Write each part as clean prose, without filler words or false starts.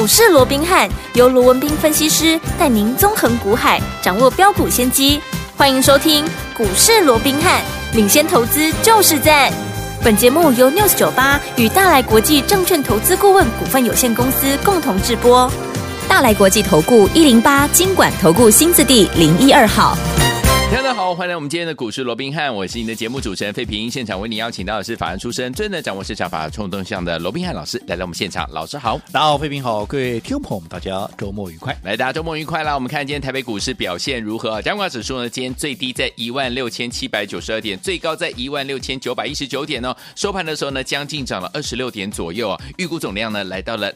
市罗宾汉由罗文彬分析师带您纵横股海，掌握标股先机。欢迎收听股市罗宾汉，领先投资就是赞。本节目由 News98 与大来国际证券投资顾问股份有限公司共同制播。大来国际投顾108金管投顾新字第012号。 大家好，欢迎来我们今天的股市罗宾汉，我是你的节目主持人费平。现场为你邀请到的是法案出身、最能掌握市场法冲动向的罗宾汉老师来到我们现场。老师好。 大家好，费平好，各位听众朋友们，大家周末愉快。 来，大家周末愉快啦！我们看今天台北股市表现如何？加权指数呢，今天最低在16792点，最高在16919点哦。收盘的时候呢，将近涨了26点左右啊。预估总量呢，来到了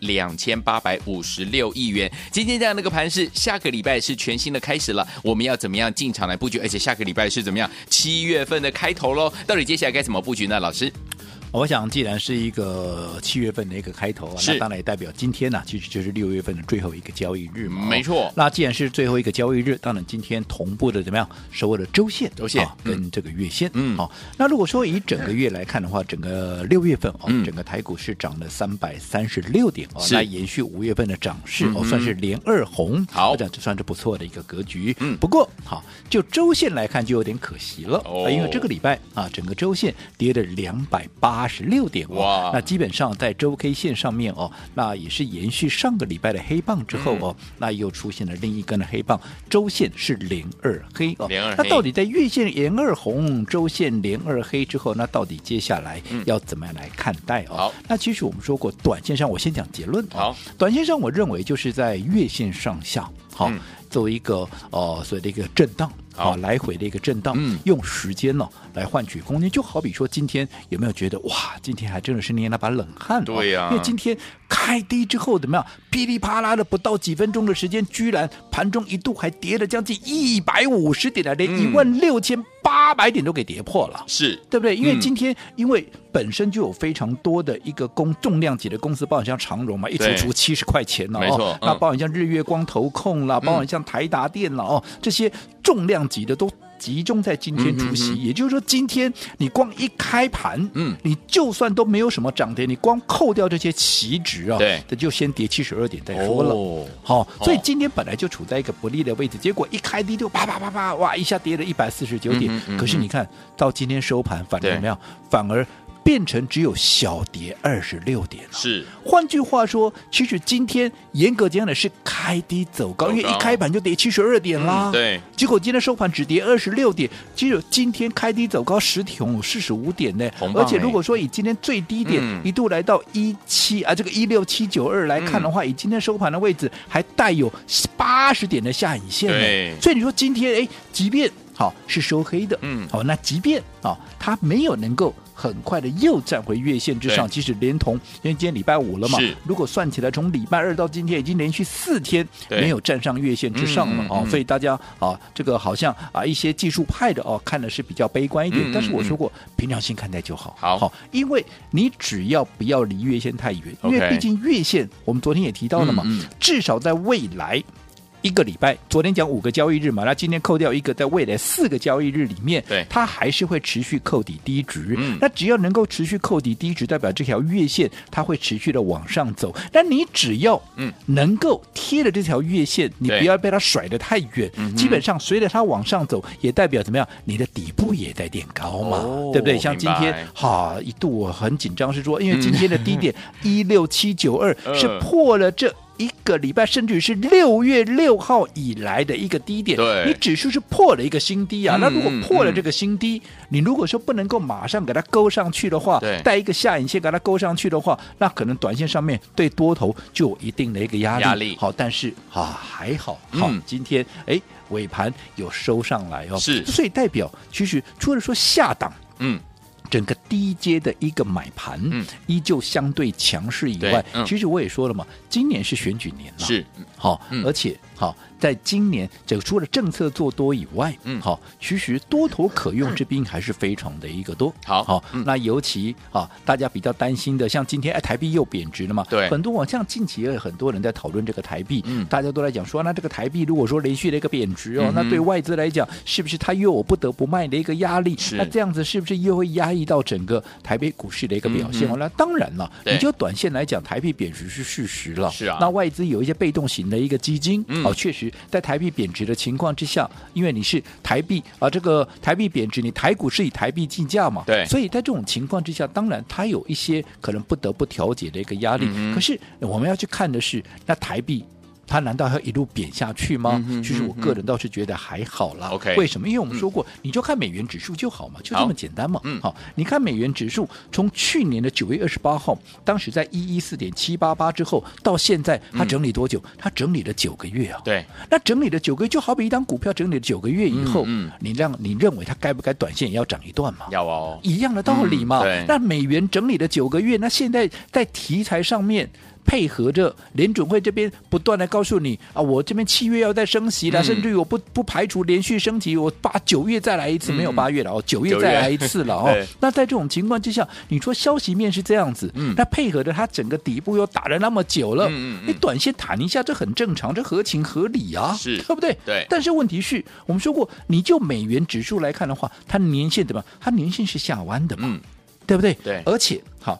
2856亿元。今天这样的一个盘势，下个礼拜是全新的开始了，我们要怎么样进场来布局？而且下个礼拜是怎么样？7月份的开头咯，到底接下来该怎么布局呢？老师？ 我想，既然是一个7月份的一个开头啊，那当然也代表今天其实就是6月份的最后一个交易日嘛。 没错。 那既然是最后一个交易日，当然今天同步的怎么样？所有的周线跟这个月线。好，那如果说以整个月来看的话，整个6月份整个台股是涨了336点那延续5月份的涨势算是连二红。 好， 这算是不错的一个格局。不过好，就周线来看就有点可惜了因为这个礼拜整个周线跌了286点那基本上在周 K 线上面那也是延续上个礼拜的黑棒之后那又出现了另一根的黑棒，周线是连二黑那到底在月线连二红，周线连二黑之后，那到底接下来要怎么样来看待好， 那其实我们说过，短线上我先讲结论好， 短线上我认为就是在月线上下好作为一个所谓的一个震荡来回的一个震荡用时间来换取空间。就好比说今天有没有觉得哇，今天还真的是捏了把冷汗对因为今天开低之后怎么样，噼里啪啦的不到几分钟的时间，居然盘中一度还跌了将近150点连16800点都给跌破了， 是对不对？因为今天因为本身就有非常多的一个重量级的公司，包含像长荣嘛，一出70块钱了没错那包含像日月光投控啦，包含像台达电啦这些重量级的都集中在今天除息，也就是说今天你光一开盘你就算都没有什么涨跌，你光扣掉这些期值对， 这就先跌72点再说了所以今天本来就处在一个不利的位置，结果一开低就啪啪啪啪哇一下跌了149点可是你看到今天收盘反而怎么样？反而变成只有小跌26点是， 换句话说，其实今天严格讲的是开低走高，因为一开盘就跌72点啦对， 结果今天收盘只跌26点，只有今天开低走高10点45点呢，而且如果说以今天最低点一度来到这个16792来看的话，以今天收盘的位置还带有80点的下影线呢，所以你说今天即便是收黑的那即便它没有能够很快的又站回月线之上，即使连同因为今天礼拜5了嘛，如果算起来从礼拜2到今天已经连续4天没有站上月线之上了所以大家这个好像一些技术派的看的是比较悲观一点，但是我说过平常心看待就好因为你只要不要离月线太远因为毕竟月线我们昨天也提到了嘛至少在未来1个礼拜，昨天讲5个交易日嘛，那今天扣掉1个，在未来4个交易日里面，它还是会持续扣底低值。那只要能够持续扣底低值，代表这条月线它会持续的往上走。那你只要能够贴了这条月线，你不要被它甩得太远，基本上随着它往上走，也代表怎么样？你的底部也在垫高嘛，对不对？像今天一度我很紧张，是说因为今天的低点16792是破了这1个礼拜，甚至是6月6号以来的一个低点，你指数是破了一个新低那如果破了这个新低你如果说不能够马上给它勾上去的话，带一个下影线给它勾上去的话，那可能短线上面对多头就有一定的一个压力好，但是还好今天尾盘有收上来是， 所以代表其实除了说下档整个低阶的一个买盘依旧相对强势以外其实我也说了嘛，今年是选举年了是而且好，在今年这个除了政策做多以外，好，其实多头可用之兵还是非常的一个多。好，那尤其大家比较担心的，像今天台币又贬值了嘛， 对， 很多像近期也有很多人在讨论这个台币，大家都在讲说，那这个台币如果说连续的一个贬值那对外资来讲，是不是它又有不得不卖的一个压力？那这样子是不是又会压抑到整个台北股市的一个表现？那当然了，你就短线来讲，台币贬值是事实了。 是啊， 那外资有一些被动型的一个基金，确实在台币贬值的情况之下，因为你是台币这个台币贬值，你台股是以台币计价嘛， 对， 所以在这种情况之下，当然它有一些可能不得不调节的一个压力。可是我们要去看的是，那台币它难道要一路贬下去吗？其实我个人倒是觉得还好啦。为什么？因为我们说过，你就看美元指数就好嘛，就这么简单嘛。好，你看美元指数从去年的9月28号，当时在114.788之后，到现在它整理多久？它整理了9个月啊。 对， 那整理了9个月，就好比一张股票整理了9个月以后，你认为它该不该短线也要涨一段嘛？ 要哦， 一样的道理嘛。那美元整理了9个月，那现在在题材上面，配合着联准会这边不断的告诉你我这边7月要再升息了，甚至于我不排除连续升息，我9月再来一次，没有8月了9月再来一次了那在这种情况之下，你说消息面是这样子，那配合着它整个底部又打了那么久了，你短线弹一下，这很正常，这合情合理啊， 是对不对？ 对。 但是问题是，我们说过，你就美元指数来看的话，它年线怎么？它年线是下弯的嘛，对不对？ 对。 而且好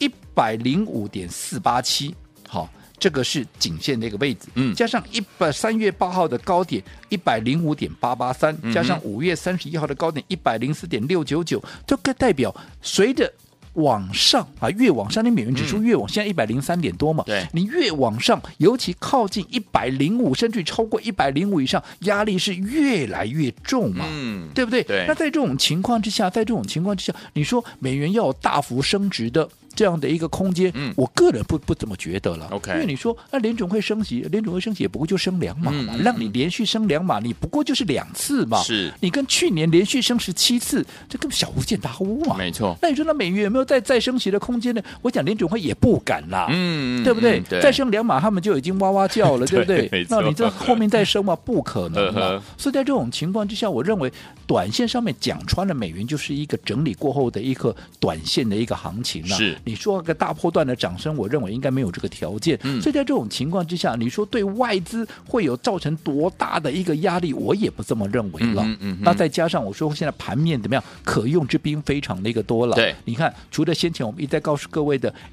，105.487，好，这个是颈线的一个位置，加上3月8号的高点105.883，加上5月31号的高点104.699，这个代表随着往上越往上，你美元指数越往现在103点多嘛， 对， 你越往上，尤其靠近105，甚至超过105以上，压力是越来越重嘛，对不对？ 对。 那在这种情况之下，你说美元要有大幅升值的这样的一个空间，我个人不怎么觉得了。因为你说那联准会升息也不过就升2码嘛，让你连续升2码，你不过就是2次嘛。 是， 你跟去年连续升17次，这根本小巫见大巫嘛。 没错。 那你说那美元有没有再升息的空间呢？我讲联准会也不敢啦，对不对？再升2码，他们就已经哇哇叫了，对不对？那你这后面再升嘛，不可能嘛。所以在这种情况之下，我认为短线上面讲穿了，美元就是一个整理过后的一个短线的一个行情啦。 是。 你说个大波段的涨升，我认为应该没有这个条件。所以在这种情况之下，你说对外资会有造成多大的一个压力，我也不这么认为了。那再加上我说现在盘面怎么样，可用之兵非常的一个多了。 对， 你看，除了先前我们一再告诉各位的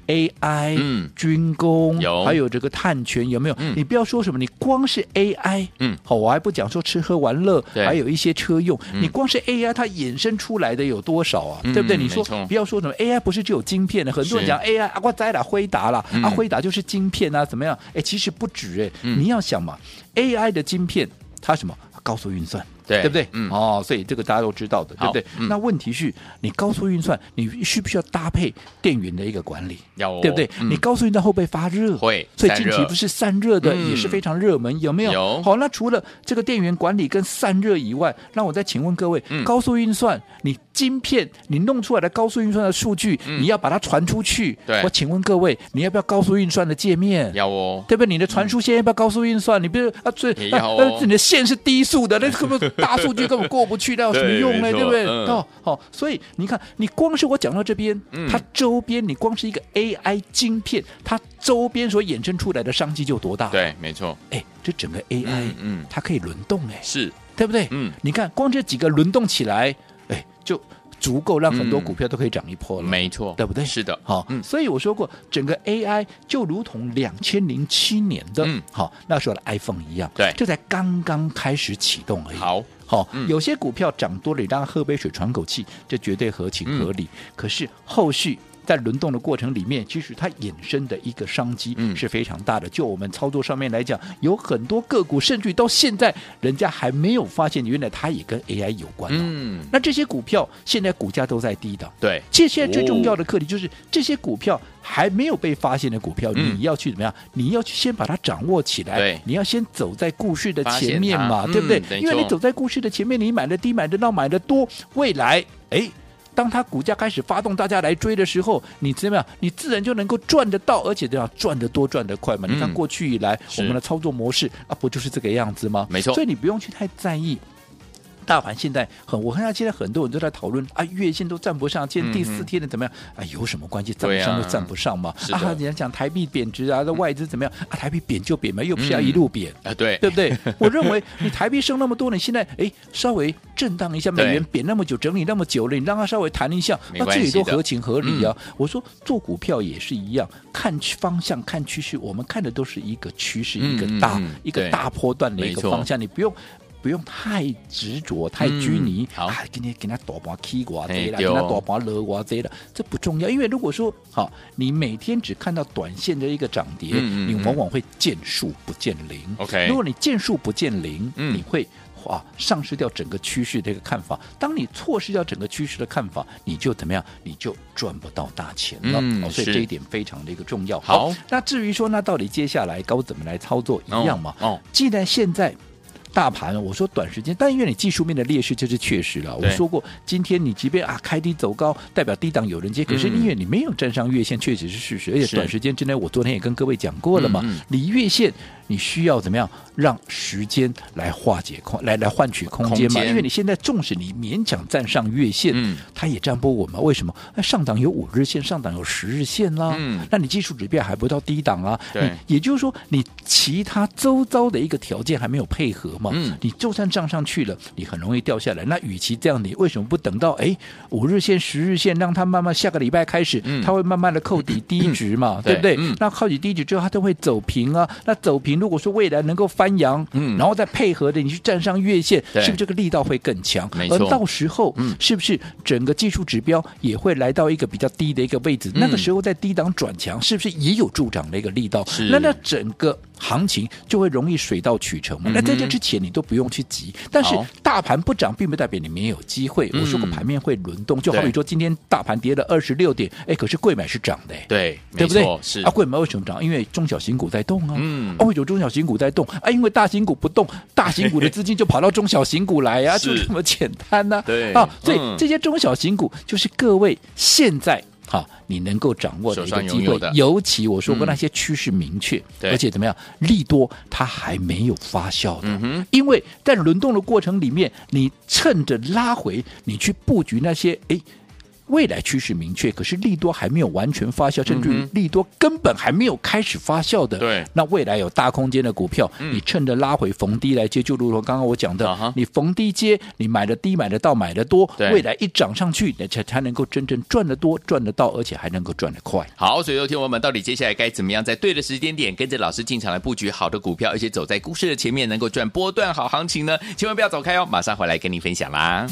AI、军工，还有这个碳权，有没有？你不要说什么，你光是 AI，好，我还不讲说吃喝玩乐，还有一些车用，你光是 AI 它衍生出来的有多少啊？对不对？你说不要说什么 AI 不是就有晶片的，很多人讲 AI 我栽了辉达了辉达就是晶片怎么样？其实不止你要想嘛 ，AI 的晶片它什么高速运算。对不对？所以这个大家都知道的，对不对？那问题是你高速运算，你需不需要搭配电源的一个管理？对不对？你高速运算会不会发热？ 会， 所以近期不是散热的也是非常热门，有没有？ 有。 好，那除了这个电源管理跟散热以外，那我再请问各位，高速运算，你晶片你弄出来的高速运算的数据，你要把它传出去，我请问各位，你要不要高速运算的界面？ 要哦， 对不对？你的传输线要不要高速运算？你比如你的线是低速的，那根本大数据根本过不去，那有什么用呢？对不对？所以你看，你光是我讲到这边，它周边你光是一个 AI 晶片，它周边所衍生出来的商机就多大？ 对，没错。 这整个 AI，它可以轮动， 是对不对？你看，光这几个轮动起来，就足够让很多股票都可以涨一波了， 没错， 对不对？ 是的， 好，所以我说过，整个 AI 就如同2007年的，好那时候的 iPhone 一样， 对， 这才刚刚开始启动而已。好，有些股票涨多了，你让它喝杯水喘口气，这绝对合情合理。可是后续在轮动的过程里面，其实它衍生的一个商机是非常大的。就我们操作上面来讲，有很多个股，甚至到现在人家还没有发现，原来它也跟 AI 有关。那这些股票现在股价都在低档。 对， 其实现在最重要的课题就是这些股票还没有被发现的股票，你要去怎么样？你要去先把它掌握起来，你要先走在故事的前面嘛，对不对？因为你走在故事的前面，你买的低，买的到，买的多，未来当它股价开始发动，大家来追的时候，你怎么样？你自然就能够赚得到，而且这样赚得多赚得快嘛。你看过去以来我们的操作模式啊，不就是这个样子吗？ 没错， 所以你不用去太在意。大盘现在我看到现在很多人都在讨论啊，月线都站不上，今天第4天的怎么样？啊，有什么关系？站不上就站不上嘛。人家讲台币贬值啊，这外资怎么样啊？台币贬就贬嘛，又不是要一路贬啊，对不对？我认为你台币升那么多，你现在稍微震荡一下，美元贬那么久，整理那么久了，你让它稍微弹一下，那这也都合情合理啊。我说做股票也是一样，看方向、看趋势，我们看的都是一个趋势，一个大波段的一个方向，你不用太执着、太拘泥。好，今天给他大盘起我这了，给他大盘落我这了，这不重要。因为如果说你每天只看到短线的一个涨跌，你往往会见树不见林。 OK， 如果你见树不见林，你会丧失掉整个趋势的一个看法。当你错失掉整个趋势的看法，你就怎么样？你就赚不到大钱了。所以这一点非常的一个重要。好，那至于说那到底接下来该怎么来操作，一样嘛。既然现在大盘，我说短时间，但因为你技术面的劣势，这是确实了。我说过，今天你即便开低走高，代表低档有人接，可是因为你没有站上月线，确实是事实。而且短时间之内，我昨天也跟各位讲过了嘛，离月线你需要怎么样让时间来化解来换取空间嘛？因为你现在纵使你勉强站上月线，它也站不稳嘛。为什么？上档有5日线，上档有10日线啦。那你技术指标还不到低档啊。也就是说，你其他周遭的一个条件还没有配合。你就算涨上去了，你很容易掉下来。那与其这样，你为什么不等到5日线、10日线，让它慢慢下个礼拜开始，它会慢慢的扣底低值嘛，对不对？那扣底低值之后，它都会走平啊。那走平，如果说未来能够翻扬，然后再配合的你去站上月线，是不是这个力道会更强？而到时候，是不是整个技术指标也会来到一个比较低的一个位置？那个时候在低档转强，是不是也有助长的一个力道？那整个行情就会容易水到渠成嘛。那在这之前你都不用去急，但是大盘不涨并不代表你没有机会。我说过盘面会轮动，就好比说今天大盘跌了26点，可是柜买是涨的， 对不对？ 是柜买为什么涨？因为中小型股在动啊。为什么中小型股在动啊？因为大型股不动，大型股的资金就跑到中小型股来啊，就这么简单啊。 对所以这些中小型股就是各位现在你能够掌握的一个机会，尤其我说过那些趋势明确，而且怎么样，利多它还没有发酵的。因为在轮动的过程里面，你趁着拉回，你去布局那些未来趋势明确，可是利多还没有完全发酵，甚至于利多根本还没有开始发酵的，那未来有大空间的股票，你趁着拉回逢低来接，就如同刚刚我讲的，你逢低接，你买的低，买得到，买得多，未来一涨上去，才能够真正赚得多，赚得到，而且还能够赚得快。 好，所以有听我们到底接下来该怎么样在对的时间点跟着老师进场来布局好的股票，而且走在故事的前面，能够赚波段好行情呢？千万不要走开哦，马上回来跟您分享啦。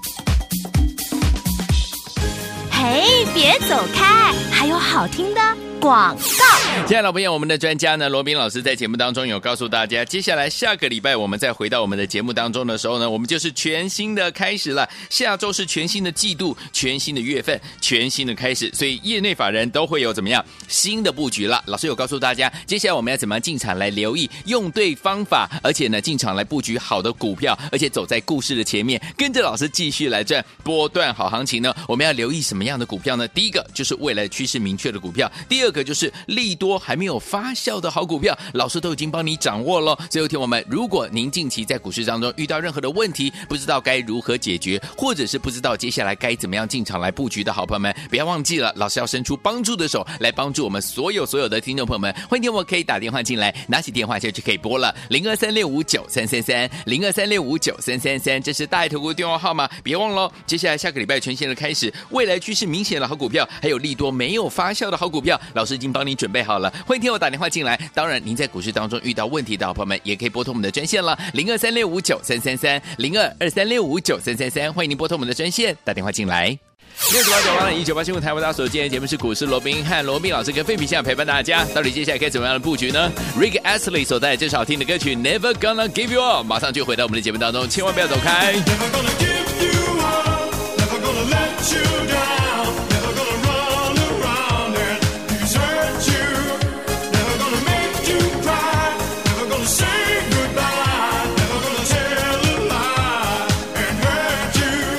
嘿，别走开，还有好听的广告。 亲爱的老朋友，我们的专家呢，罗宾老师在节目当中有告诉大家，接下来下个礼拜我们再回到我们的节目当中的时候呢，我们就是全新的开始了。下周是全新的季度、全新的月份、全新的开始，所以业内法人都会有怎么样新的布局了。老师有告诉大家，接下来我们要怎么样进场来留意，用对方法，而且呢进场来布局好的股票，而且走在故事的前面，跟着老师继续来赚波段好行情呢。我们要留意什么样的股票呢？第一个就是未来趋势明确的股票，第二个就是利多还没有发酵的好股票，老师都已经帮你掌握了。所以听我们，如果您近期在股市当中遇到任何的问题，不知道该如何解决，或者是不知道接下来该怎么样进场来布局的好朋友们，不要忘记了，老师要伸出帮助的手来帮助我们所有的听众朋友们。欢迎听我可以打电话进来，拿起电话就可以拨了0236593333 0236593333，这是大爱投顾电话号码。别忘了，接下来下个礼拜全新的开始，未来趋势明显的好股票，还有利多没有发酵的好股票，老师已经帮你准备好了。欢迎听我打电话进来。当然，您在股市当中遇到问题的好朋友们，也可以拨通我们的专线了，0236593333 0223659333，欢迎您拨通我们的专线打电话进来。6989198新闻台湾大所今天节目是股市罗宾和罗宾老师跟费皮相陪伴大家，到底接下来该怎么样的布局呢？ Rick Astley 所带来这首好听的歌曲 Never Gonna Give You Up， 马上就回到我们的节目当中，千万不要走开。 Never gonna give you up, never gonna let you down, never gonna run around and desert you, never gonna make you cry, never gonna say goodbye, never gonna tell a lie and hurt you.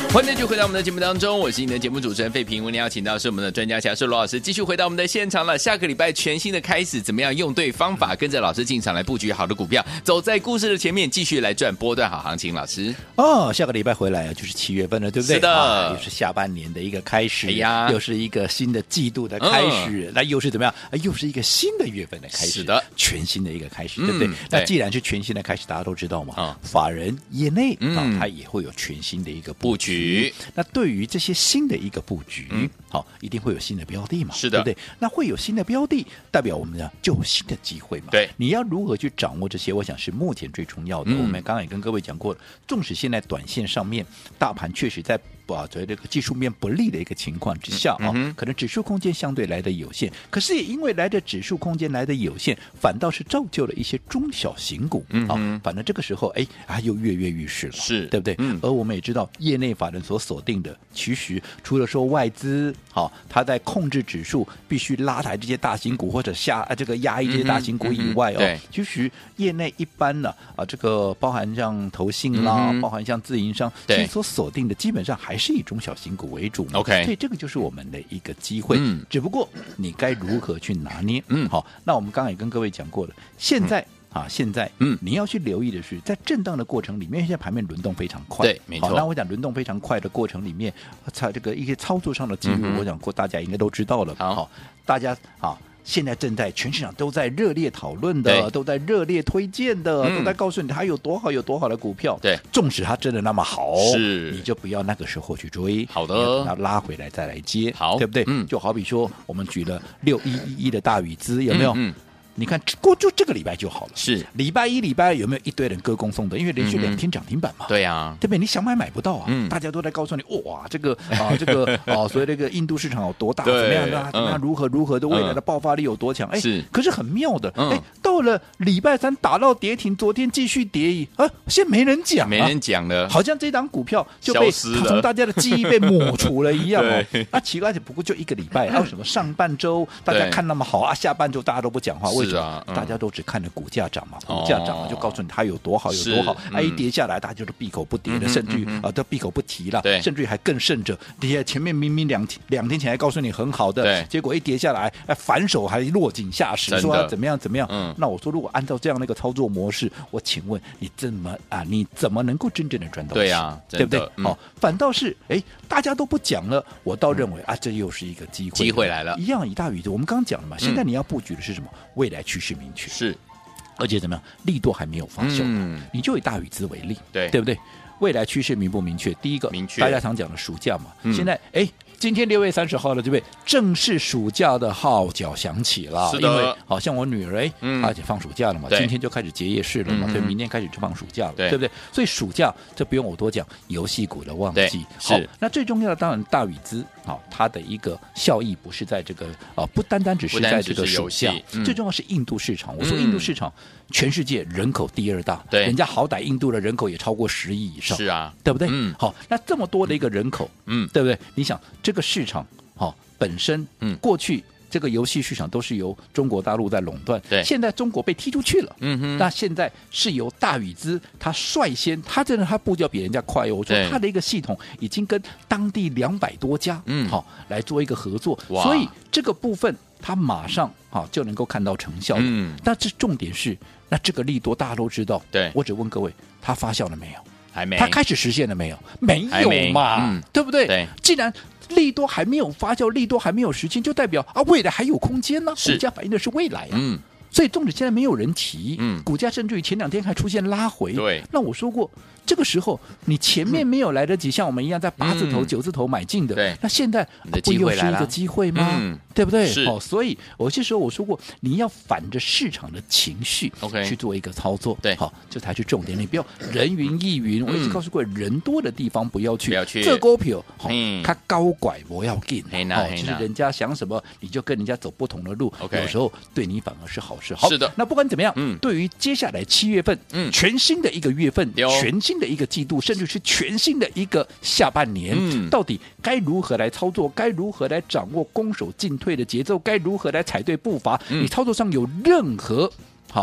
欢迎继续回到我们的节目当中，我是你的节目主持人费平。为您邀请到是我们的专家侠士罗老师，继续回到我们的现场了。下个礼拜全新的开始，怎么样用对方法，跟着老师进场来布局好的股票，走在故事的前面，继续来赚波段好行情。老师下个礼拜回来啊，就是7月份了，对不对？ 是的， 又是下半年的一个开始， 哎呀， 又是一个新的季度的开始，那又是怎么样？又是一个新的月份的开始， 是的， 全新的一个开始，对不对？那既然是全新的开始，大家都知道嘛，法人业内它也会有全新的一个布局。那对于这些新的一个布局，一定会有新的标的嘛， 是的， 对不对？那会有新的标的，代表我们呢就有新的机会嘛。 对， 你要如何去掌握这些？我想是目前最重要的。我们刚刚也跟各位讲过了，纵使现在短线上面大盘确实在所谓这个技术面不利的一个情况之下可能指数空间相对来的有限，可是也因为来的指数空间来的有限，反倒是造就了一些中小型股反正这个时候又跃跃欲试了， 是对不对？而我们也知道，业内法人所锁定的，其实除了说外资他在控制指数必须拉抬这些大型股或者这个压抑这些大型股以外其实业内一般呢这个包含像投信啦，包含像自营商，其实所锁定的基本上还是以中小型股为主 OK， 所以这个就是我们的一个机会只不过你该如何去拿捏好，那我们刚刚也跟各位讲过了，现在你要去留意的是，在震荡的过程里面，现在盘面轮动非常快， 对，没错。 那我讲轮动非常快的过程里面，这个一些操作上的机会，我讲过大家应该都知道了。好，大家现在正在全市场都在热烈讨论的，都在热烈推荐的，都在告诉你它有多好有多好的股票。 对， 纵使它真的那么好， 是你就不要那个时候去追， 好的， 要拉回来再来接， 好， 对不对？就好比说我们举了6111的大宇资，有没有？你看，就这个礼拜就好了。是礼拜一、礼拜二有没有一堆人歌功颂德？因为连续2天涨停板嘛。 对啊， 对不对？你想买不到啊。大家都在告诉你，哇，这个所以这个印度市场有多大？怎么样的？那如何的未来的爆发力有多强？ 是。 可是很妙的，到了礼拜三打到跌停，昨天继续跌现在没人讲， 没人讲了， 好像这档股票就被从大家的记忆被抹除了一样奇怪，不过就一个礼拜，为什么上半周大家看那么好下半周大家都不讲话？为什么？大家都只看了股价涨嘛，股价涨了就告诉你它有多好有多好，一跌下来大家就闭口不跌了，甚至于都闭口不提了，甚至于还更甚者，前面明明两天前还告诉你很好的，结果一跌下来反手还落井下石，说要怎么样怎么样。那我说如果按照这样的一个操作模式，我请问你怎么能够真正的赚到钱？对啊，对不对？反倒是大家都不讲了，我倒认为这又是一个机会来了。一样以大宇宙，我们刚刚讲了嘛，现在你要布局的是什么？未来趋势明确是，而且怎么样，利多还没有发酵，你就以大宇资为例，对不对？未来趋势明不明确？第一个，明确，大家常讲的暑假嘛，现在今天6月30号了，对不对？正式暑假的号角响起了，因为好像我女儿她也放暑假了嘛，今天就开始结业式了嘛，所以明天开始就放暑假了，对不对？所以暑假这不用我多讲，游戏股的旺季。好，那最重要的当然大宇资，它的一个效益不是在这个不单单只是在这个暑假，最重要是印度市场。我说印度市场，全世界人口第2大，人家好歹印度的人口也超过10亿以上，是啊，对不对？好，那这么多的一个人口，对不对？你想这个市场本身过去这个游戏市场都是由中国大陆在垄断，现在中国被踢出去了，那现在是由大宇资他率先，他真的他步调比人家快我说他的一个系统已经跟当地200多家来做一个合作，所以这个部分他马上就能够看到成效。但这重点是，那这个利多大家都知道，我只问各位，它发酵了没有？还没。它开始实现了没有？没有嘛，对不对？既然利多还没有发酵，利多还没有实现，就代表未来还有空间呢。股价反映的是未来所以纵使现在没有人提，股价甚至于前2天还出现拉回，那我说过，这个时候你前面没有来得及像我们一样在8字头、9字头买进的，那现在不又是一个机会吗？对不对？所以有些时候我说过，你要反着市场的情绪去做一个操作，这才是重点。你不要人云亦云。我一直告诉过，人多的地方不要去。这股票它高拐不要进，就是人家想什么你就跟人家走不同的路，有时候对你反而是好事。好，是的。那不管怎么样，对于接下来7月份，全新的一个月份，全新的一个季度，甚至是全新的一个下半年，到底该如何来操作？该如何来掌握攻守进退的节奏？该如何来踩对步伐？你操作上有任何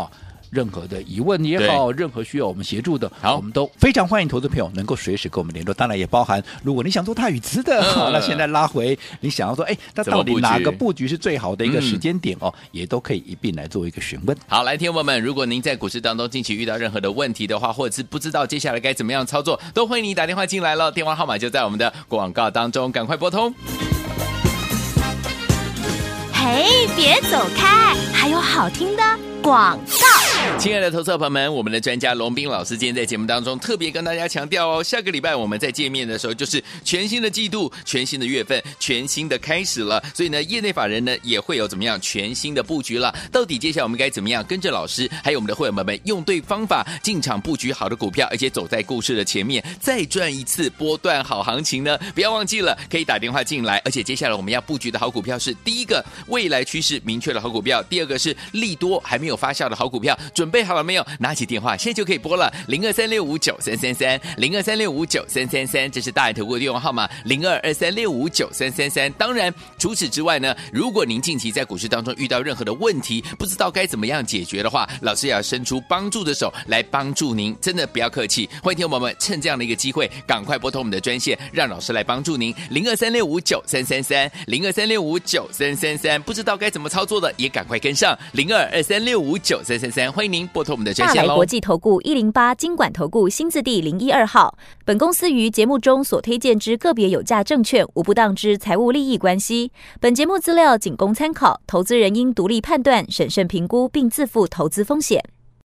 任何的疑问也好，任何需要我们协助的，我们都非常欢迎投资朋友能够随时跟我们联络。当然也包含，如果你想做大宇资的，那现在拉回，你想要说，那到底哪个布局是最好的一个时间点也都可以一并来做一个询问。 好，来，听众朋友们，如果您在股市当中近期遇到任何的问题的话，或者是不知道接下来该怎么样操作，都欢迎你打电话进来了，电话号码就在我们的广告当中，赶快拨通。 嘿，别走开，还有好听的广告。 亲爱的投资者朋友们，我们的专家龙斌老师今天在节目当中特别跟大家强调下个礼拜我们在见面的时候就是全新的季度、全新的月份、全新的开始了，所以呢，业内法人呢也会有怎么样全新的布局了。到底接下来我们该怎么样跟着老师还有我们的会员们用对方法进场布局好的股票，而且走在故事的前面，再赚一次波段好行情呢？不要忘记了，可以打电话进来。而且接下来我们要布局的好股票是第一个未来趋势明确的好股票，第二个是利多还没有发酵的好股票。准备好了没有？拿起电话现在就可以拨了，0236593333，0236593333，这是大爱投顾的电话号码，0223659333。当然，除此之外呢，如果您近期在股市当中遇到任何的问题，不知道该怎么样解决的话，老师也要伸出帮助的手来帮助您，真的不要客气。欢迎听众朋友们趁这样的一个机会，赶快拨通我们的专线，让老师来帮助您，0236593333，0236593333。不知道该怎么操作的，也赶快跟上，0223659333。欢迎您拨通我们的专线。 大来国际投顾108金管投顾新字第012号。本公司于节目中所推荐之个别有价证券，无不当之财务利益关系。本节目资料仅供参考，投资人应独立判断、审慎评估，并自负投资风险。